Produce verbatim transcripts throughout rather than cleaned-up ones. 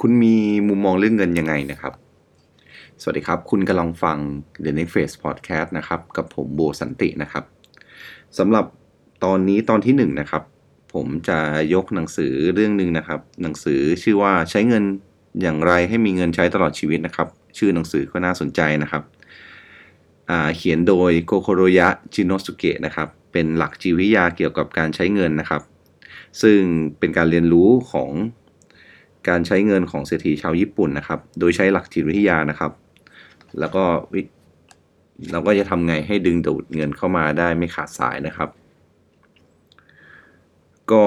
คุณมีมุมมองเรื่องเงินยังไงนะครับสวัสดีครับคุณกำลังฟัง The Next Phase Podcast นะครับกับผมโบสันตินะครับสำหรับตอนนี้ตอนที่หนึ่งนะครับผมจะยกหนังสือเรื่องนึงนะครับหนังสือชื่อว่าใช้เงินอย่างไรให้มีเงินใช้ตลอดชีวิตนะครับชื่อหนังสือก็น่าสนใจนะครับเขียนโดยโกโคโรยะจิโนสุเกะนะครับเป็นหลักจิตวิทยาเกี่ยวกับการใช้เงินนะครับซึ่งเป็นการเรียนรู้ของการใช้เงินของเศรษฐีชาวญี่ปุ่นนะครับโดยใช้หลักจิตวิทยานะครับแล้วก็เราก็จะทำไงให้ดึงดูดเงินเข้ามาได้ไม่ขาดสายนะครับก็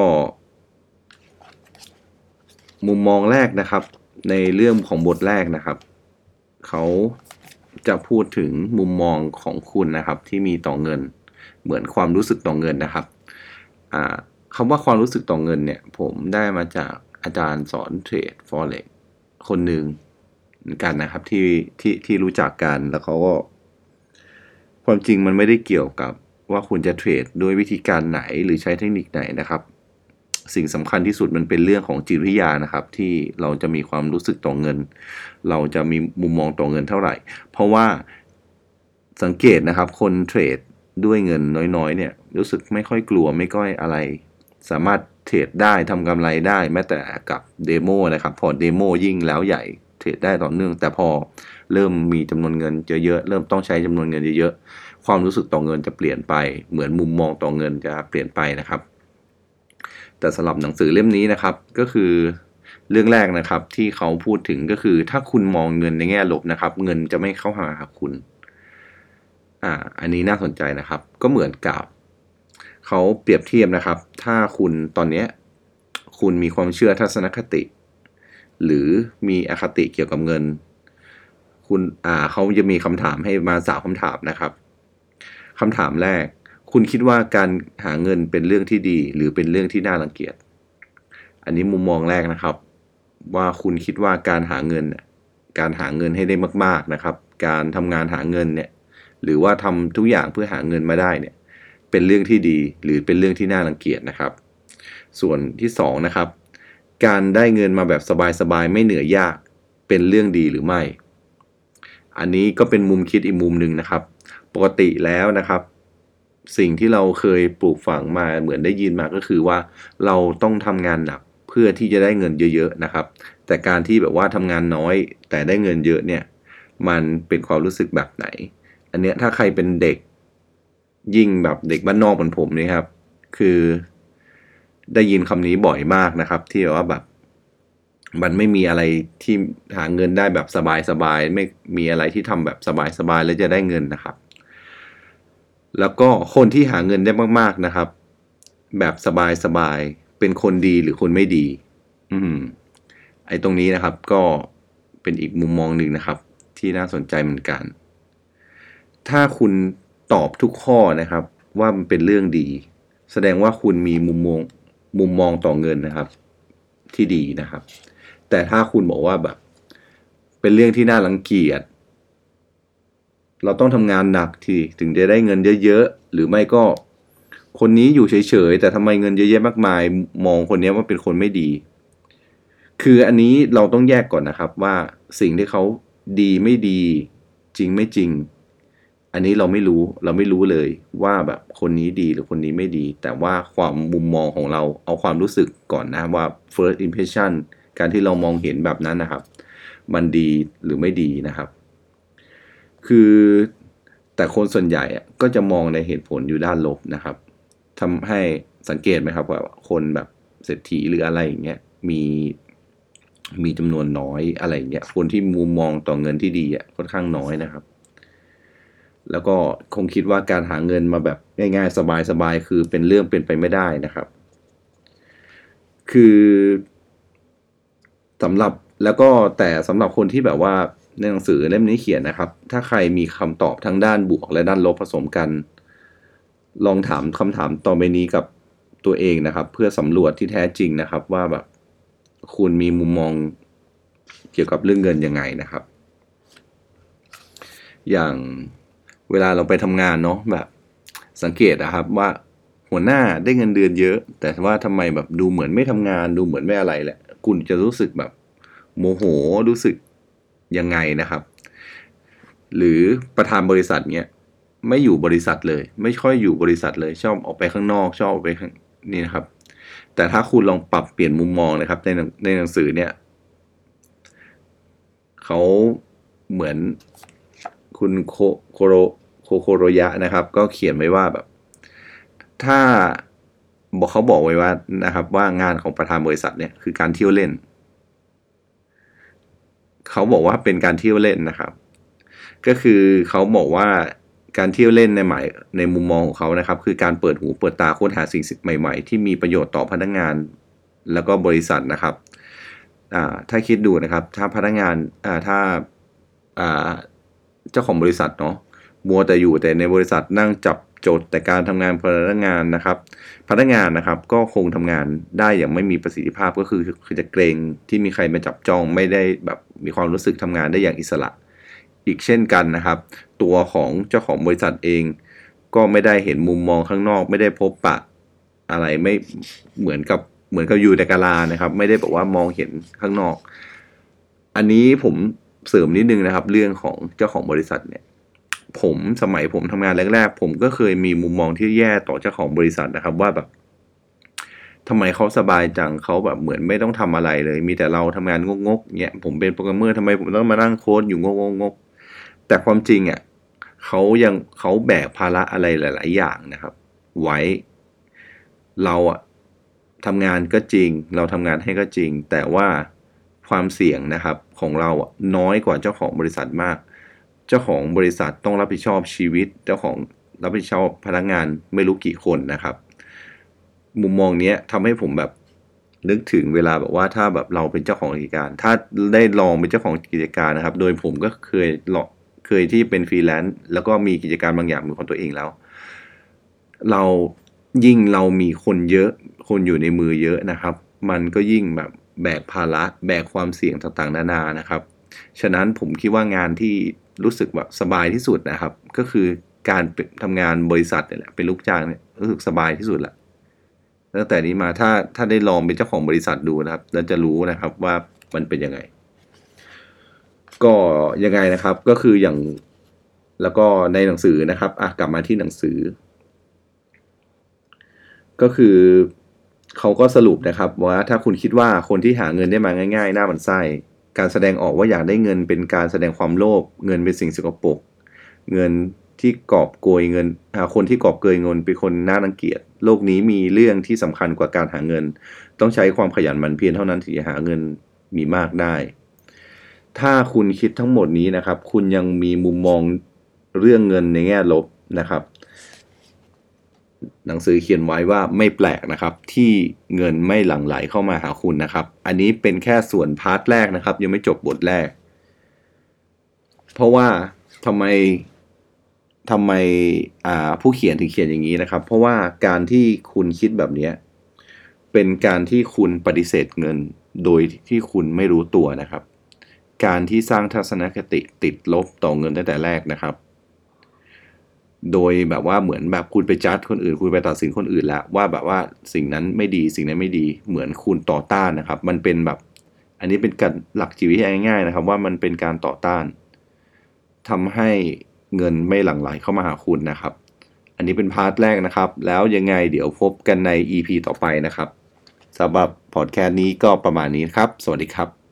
มุมมองแรกนะครับในเรื่องของบทแรกนะครับเขาจะพูดถึงมุมมองของคุณนะครับที่มีต่อเงินเหมือนความรู้สึกต่อเงินนะครับคำว่าความรู้สึกต่อเงินเนี่ยผมได้มาจากอาจารย์สอนเทรด Forex คนหนึ่งเหมือนกันนะครับที่ที่ที่รู้จักกันแล้วเขาก็ความจริงมันไม่ได้เกี่ยวกับว่าคุณจะเทรดด้วยวิธีการไหนหรือใช้เทคนิคไหนนะครับสิ่งสำคัญที่สุดมันเป็นเรื่องของจิตวิทยานะครับที่เราจะมีความรู้สึกต่อเงินเราจะมีมุมมองต่อเงินเท่าไหร่เพราะว่าสังเกตนะครับคนเทรดด้วยเงินน้อยๆเนี่ยรู้สึกไม่ค่อยกลัวไม่ค่อยอะไรสามารถเทรดได้ทำกำไรได้แม้แต่กับเดโมนะครับพอเดโมยิ่งแล้วใหญ่เทรดได้ต่อเนื่องแต่พอเริ่มมีจำนวนเงินเยอะๆเริ่มต้องใช้จำนวนเงินเยอะๆความรู้สึกต่อเงินจะเปลี่ยนไปเหมือนมุมมองต่อเงินจะเปลี่ยนไปนะครับแต่สำหรับหนังสือเล่มนี้นะครับก็คือเรื่องแรกนะครับที่เขาพูดถึงก็คือถ้าคุณมองเงินในแง่ลบนะครับเงินจะไม่เข้าหาคุณอ่าอันนี้น่าสนใจนะครับก็เหมือนกับเขาเปรียบเทียบนะครับถ้าคุณตอนนี้คุณมีความเชื่อทัศนคติหรือมีอคติเกี่ยวกับเงินคุณอ่าเขาจะมีคำถามให้มาสามคำถามนะครับคำถามแรกคุณคิดว่าการหาเงินเป็นเรื่องที่ดีหรือเป็นเรื่องที่น่ารังเกียจอันนี้มุมมองแรกนะครับว่าคุณคิดว่าการหาเงินการหาเงินให้ได้มากๆนะครับการทำงานหาเงินเนี่ยหรือว่าทำทุกอย่างเพื่อหาเงินมาได้เนี่ยเป็นเรื่องที่ดีหรือเป็นเรื่องที่น่ารังเกียจนะครับส่วนที่สองนะครับการได้เงินมาแบบสบายๆไม่เหนื่อยยากเป็นเรื่องดีหรือไม่อันนี้ก็เป็นมุมคิดอีกมุมหนึ่งนะครับปกติแล้วนะครับสิ่งที่เราเคยปลูกฝังมาเหมือนได้ยินมาก็คือว่าเราต้องทำงานหนักเพื่อที่จะได้เงินเยอะๆนะครับแต่การที่แบบว่าทำงานน้อยแต่ได้เงินเยอะเนี่ยมันเป็นความรู้สึกแบบไหนอันเนี้ยถ้าใครเป็นเด็กยิ่งแบบเด็กบ้านนอกเหมือนผมนี่ครับคือได้ยินคำนี้บ่อยมากนะครับที่ว่าแบบมันไม่มีอะไรที่หาเงินได้แบบสบายๆไม่มีอะไรที่ทำแบบสบายๆแล้วจะได้เงินนะครับแล้วก็คนที่หาเงินได้มากๆนะครับแบบสบายๆเป็นคนดีหรือคนไม่ดีอืมไอ้ตรงนี้นะครับก็เป็นอีกมุมมองหนึ่งนะครับที่น่าสนใจเหมือนกันถ้าคุณตอบทุกข้อนะครับว่ามันเป็นเรื่องดีแสดงว่าคุณมีมุมมองมุมมองต่อเงินนะครับที่ดีนะครับแต่ถ้าคุณบอกว่าแบบเป็นเรื่องที่น่ารังเกียจเราต้องทำงานหนักทีถึงจะได้เงินเยอะๆหรือไม่ก็คนนี้อยู่เฉยๆแต่ทำไมเงินเยอะแยะมากมายมองคนนี้ว่าเป็นคนไม่ดีคืออันนี้เราต้องแยกก่อนนะครับว่าสิ่งที่เขาดีไม่ดีจริงไม่จริงอันนี้เราไม่รู้เราไม่รู้เลยว่าแบบคนนี้ดีหรือคนนี้ไม่ดีแต่ว่าความมุมมองของเราเอาความรู้สึกก่อนนะว่า first impression การที่เรามองเห็นแบบนั้นนะครับมันดีหรือไม่ดีนะครับคือแต่คนส่วนใหญ่ก็จะมองในเหตุผลอยู่ด้านลบนะครับทำให้สังเกตไหมครับว่าคนแบบเศรษฐีหรืออะไรอย่างเงี้ยมีมีจำนวนน้อยอะไรอย่างเงี้ยคนที่มุมมองต่อเงินที่ดีอ่ะค่อนข้างน้อยนะครับแล้วก็คงคิดว่าการหาเงินมาแบบง่ายๆสบายๆคือเป็นเรื่องเป็นไปไม่ได้นะครับคือสำหรับแล้วก็แต่สำหรับคนที่แบบว่าในหนังสือเล่มนี้เขียนนะครับถ้าใครมีคำตอบทั้งด้านบวกและด้านลบผสมกันลองถามคำถามต่อไปนี้กับตัวเองนะครับเพื่อสำรวจที่แท้จริงนะครับว่าแบบคุณมีมุมมองเกี่ยวกับเรื่องเงินยังไงนะครับอย่างเวลาเราไปทำงานเนาะแบบสังเกตนะครับว่าหัวหน้าได้เงินเดือนเยอะแต่ว่าทำไมแบบดูเหมือนไม่ทำงานดูเหมือนไม่อะไรแหละคุณจะรู้สึกแบบโมโหรู้สึกยังไงนะครับหรือประธานบริษัทเนี้ยไม่อยู่บริษัทเลยไม่ค่อยอยู่บริษัทเลยชอบออกไปข้างนอกชอบออกไปข้างนี่นะครับแต่ถ้าคุณลองปรับเปลี่ยนมุมมองนะครับในในหนังสือเนี่ยเขาเหมือนคุณโคโคโรโคโคโรยะนะครับก็เขียนไว้ว่าแบบถ้าบอกเขาบอกไว้ว่านะครับว่างานของประธานบริษัทเนี่ยคือการเที่ยวเล่นเขาบอกว่าเป็นการเที่ยวเล่นนะครับก็คือเขาบอกว่าการเที่ยวเล่นในหมายในมุมมองของเขานะครับคือการเปิดหูเปิดตาค้นหาสิ่งใหม่ๆที่มีประโยชน์ต่อพนักงานแล้วก็บริษัทนะครับอ่าถ้าคิดดูนะครับถ้าพนักงานอ่าถ้าอ่าเจ้าของบริษัทเนาะมัวแต่อยู่แต่ในบริษัทนั่งจับจดแต่การทำงานพนักงานนะครับพนักงานนะครับก็คงทำงานได้อย่างไม่มีประสิทธิภาพก็คือคือจะเกรงที่มีใครมาจับจ้องไม่ได้แบบมีความรู้สึกทำงานได้อย่างอิสระอีกเช่นกันนะครับตัวของเจ้าของบริษัทเองก็ไม่ได้เห็นมุมมองข้างนอกไม่ได้พบปะอะไรไม่เหมือนกับเหมือนกับอยู่ในกาลานะครับไม่ได้บอกว่ามองเห็นข้างนอกอันนี้ผมเสริมนิดนึงนะครับเรื่องของเจ้าของบริษัทเนี่ยผมสมัยผมทำงานแรกๆผมก็เคยมีมุมมองที่แย่ต่อเจ้าของบริษัทนะครับว่าแบบทำไมเขาสบายจังเขาแบบเหมือนไม่ต้องทำอะไรเลยมีแต่เราทำงานงกๆเนี่ยผมเป็นโปรแกรมเมอร์ทำไมผมต้องมานั่งโค้ดอยู่งกๆแต่ความจริงอ่ะเขายังเขาแบกภาระอะไรหลายๆอย่างนะครับไว้เราอ่ะทำงานก็จริงเราทำงานให้ก็จริงแต่ว่าความเสี่ยงนะครับของเราอ่ะน้อยกว่าเจ้าของบริษัทมากเจ้าของบริษัทต้องรับผิดชอบชีวิตเจ้าของรับผิดชอบพนักงานไม่รู้กี่คนนะครับมุมมองเนี้ยทำให้ผมแบบนึกถึงเวลาแบบว่าถ้าแบบเราเป็นเจ้าของกิจการถ้าได้ลองเป็นเจ้าของกิจการนะครับโดยผมก็เคยลองเคยที่เป็นฟรีแลนซ์แล้วก็มีกิจการบางอย่างเป็นของตัวเองแล้วเรายิ่งเรามีคนเยอะคนอยู่ในมือเยอะนะครับมันก็ยิ่งแบบแบกภาระแบกความเสี่ยงต่างๆนานานะครับฉะนั้นผมคิดว่างานที่รู้สึกแบบสบายที่สุดนะครับก็คือการทำงานบริษัทเนี่ยแหละเป็นลูกจ้างเนี่ยรู้สึกสบายที่สุดแหละตั้งแต่นี้มาถ้าถ้าได้ลองเป็นเจ้าของบริษัทดูนะครับแล้วจะรู้นะครับว่ามันเป็นยังไงก็ยังไงนะครับก็คืออย่างแล้วก็ในหนังสือนะครับอ่ะกลับมาที่หนังสือก็คือเขาก็สรุปนะครับว่าถ้าคุณคิดว่าคนที่หาเงินได้มาง่ายๆหน้าหมันไส้การแสดงออกว่าอยากได้เงินเป็นการแสดงความโลภเงินเป็นสิ่งสกปรกเงินที่กอบโกยเงินคนที่กอบเกยเงินเป็นคนน่ารังเกียจโลกนี้มีเรื่องที่สำคัญกว่าการหาเงินต้องใช้ความขยันหมั่นเพียรเท่านั้นถึงจะหาเงินมีมากได้ถ้าคุณคิดทั้งหมดนี้นะครับคุณยังมีมุมมองเรื่องเงินในแง่ลบนะครับหนังสือเขียนไว้ว่าไม่แปลกนะครับที่เงินไม่หลั่งไหลเข้ามาหาคุณนะครับอันนี้เป็นแค่ส่วนพาร์ทแรกนะครับยังไม่จบบทแรกเพราะว่าทำไมทำไมอ่าผู้เขียนถึงเขียนอย่างนี้นะครับเพราะว่าการที่คุณคิดแบบนี้เป็นการที่คุณปฏิเสธเงินโดยที่คุณไม่รู้ตัวนะครับการที่สร้างทัศนคติติดลบต่อเงินตั้งแต่แรกนะครับโดยแบบว่าเหมือนแบบคุณไปจัดคนอื่นคุณไปตัดสินคนอื่นแล้วว่าแบบว่าสิ่งนั้นไม่ดีสิ่งนั้นไม่ดีเหมือนคุณต่อต้านนะครับมันเป็นแบบอันนี้เป็นการหลักจิตวิทยาง่ายๆนะครับว่ามันเป็นการต่อต้านทำให้เงินไม่หลั่งไหลเข้ามาหาคุณนะครับอันนี้เป็นพาร์ทแรกนะครับแล้วยังไงเดี๋ยวพบกันใน อี พี ต่อไปนะครับสำหรับพอดแคสต์นี้ก็ประมาณนี้ครับสวัสดีครับ